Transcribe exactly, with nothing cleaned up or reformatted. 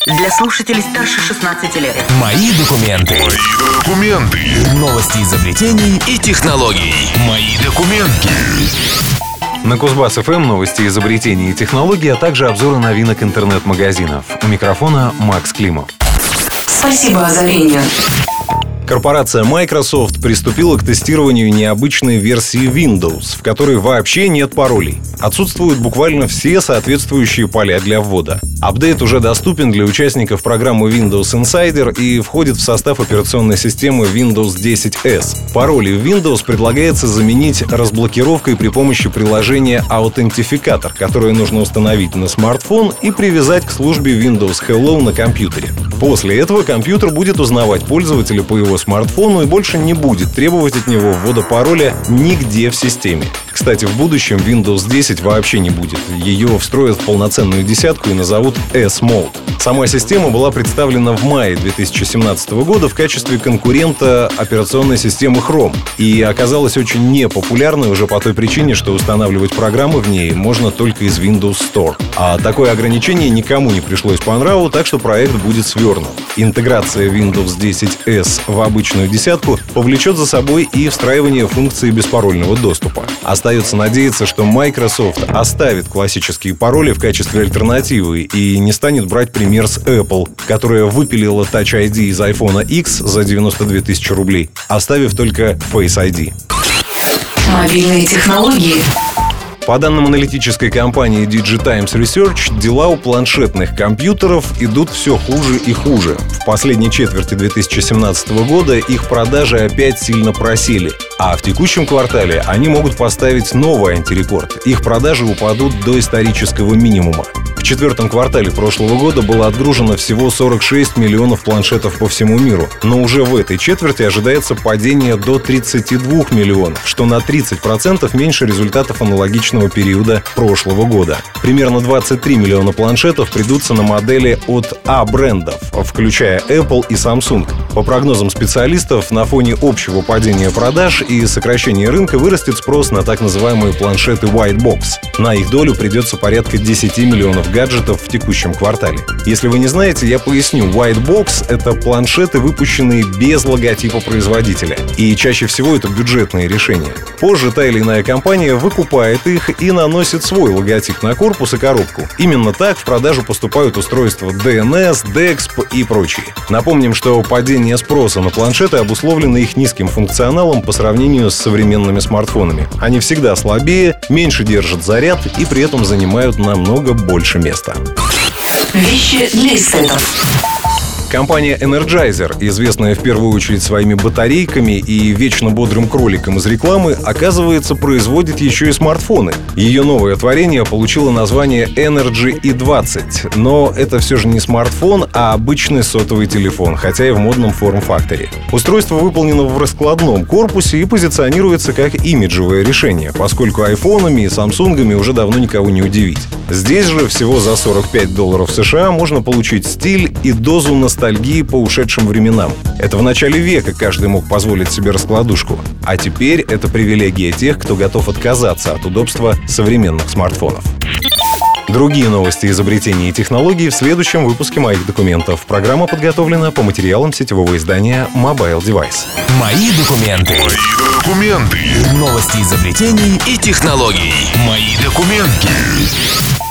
Для слушателей старше шестнадцати лет. Мои документы. Мои документы. Новости изобретений и технологий. Мои документы. На Кузбасс-ФМ новости изобретений и технологий, а также обзоры новинок интернет-магазинов. У микрофона Макс Климов. Спасибо озарению. Корпорация Microsoft приступила к тестированию необычной версии Windows, в которой вообще нет паролей. Отсутствуют буквально все соответствующие поля для ввода. Апдейт уже доступен для участников программы Windows Insider и входит в состав операционной системы Windows десять эс. Пароли в Windows предлагается заменить разблокировкой при помощи приложения Authenticator, которое нужно установить на смартфон и привязать к службе Windows Hello на компьютере. После этого компьютер будет узнавать пользователя по его смартфону и больше не будет требовать от него ввода пароля нигде в системе. Кстати, в будущем Windows десять вообще не будет. Ее встроят в полноценную десятку и назовут S-Mode. Сама система была представлена в мае две тысячи семнадцатого года в качестве конкурента операционной системы Chrome и оказалась очень непопулярной уже по той причине, что устанавливать программы в ней можно только из Windows Store. А такое ограничение никому не пришлось по нраву, так что проект будет свернут. Интеграция Windows десять эс в обычную десятку повлечет за собой и встраивание функции беспарольного доступа. Остается надеяться, что Microsoft оставит классические пароли в качестве альтернативы и не станет брать пример с Apple, которая выпилила Touch ай ди из iPhone X за девяносто две тысячи рублей, оставив только Face ай ди. Мобильные технологии. По данным аналитической компании Digitimes Research, дела у планшетных компьютеров идут все хуже и хуже. В последней четверти две тысячи семнадцатого года их продажи опять сильно просели, а в текущем квартале они могут поставить новый антирекорд. Их продажи упадут до исторического минимума. В четвертом квартале прошлого года было отгружено всего сорок шесть миллионов планшетов по всему миру, но уже в этой четверти ожидается падение до тридцати двух миллионов, что на тридцать процентов меньше результатов аналогичного периода прошлого года. Примерно двадцать три миллиона планшетов придутся на модели от А-брендов, включая Apple и Samsung. По прогнозам специалистов, на фоне общего падения продаж и сокращения рынка вырастет спрос на так называемые планшеты White Box. На их долю придется порядка десяти миллионов гаджетов в текущем квартале. Если вы не знаете, я поясню. White Box — это планшеты, выпущенные без логотипа производителя. И чаще всего это бюджетные решения. Позже та или иная компания выкупает их и наносит свой логотип на корпус и коробку. Именно так в продажу поступают устройства ди эн эс, дексп и прочие. Напомним, что падение спроса на планшеты обусловлено их низким функционалом по сравнению с современными смартфонами. Они всегда слабее, меньше держат заряд и при этом занимают намного больше места. Вещи для эстетов. Компания Energizer, известная в первую очередь своими батарейками и вечно бодрым кроликом из рекламы, оказывается, производит еще и смартфоны. Ее новое творение получило название Energy и двадцать, но это все же не смартфон, а обычный сотовый телефон, хотя и в модном форм-факторе. Устройство выполнено в раскладном корпусе и позиционируется как имиджевое решение, поскольку айфонами и самсунгами уже давно никого не удивить. Здесь же всего за сорок пять долларов США можно получить стиль и дозу ностальгии по ушедшим временам. Это в начале века каждый мог позволить себе раскладушку. А теперь это привилегия тех, кто готов отказаться от удобства современных смартфонов. Другие новости изобретений и технологий в следующем выпуске «Моих документов». Программа подготовлена по материалам сетевого издания Mobile Device. Мои документы. Мои документы. Новости изобретений и технологий. Мои документы.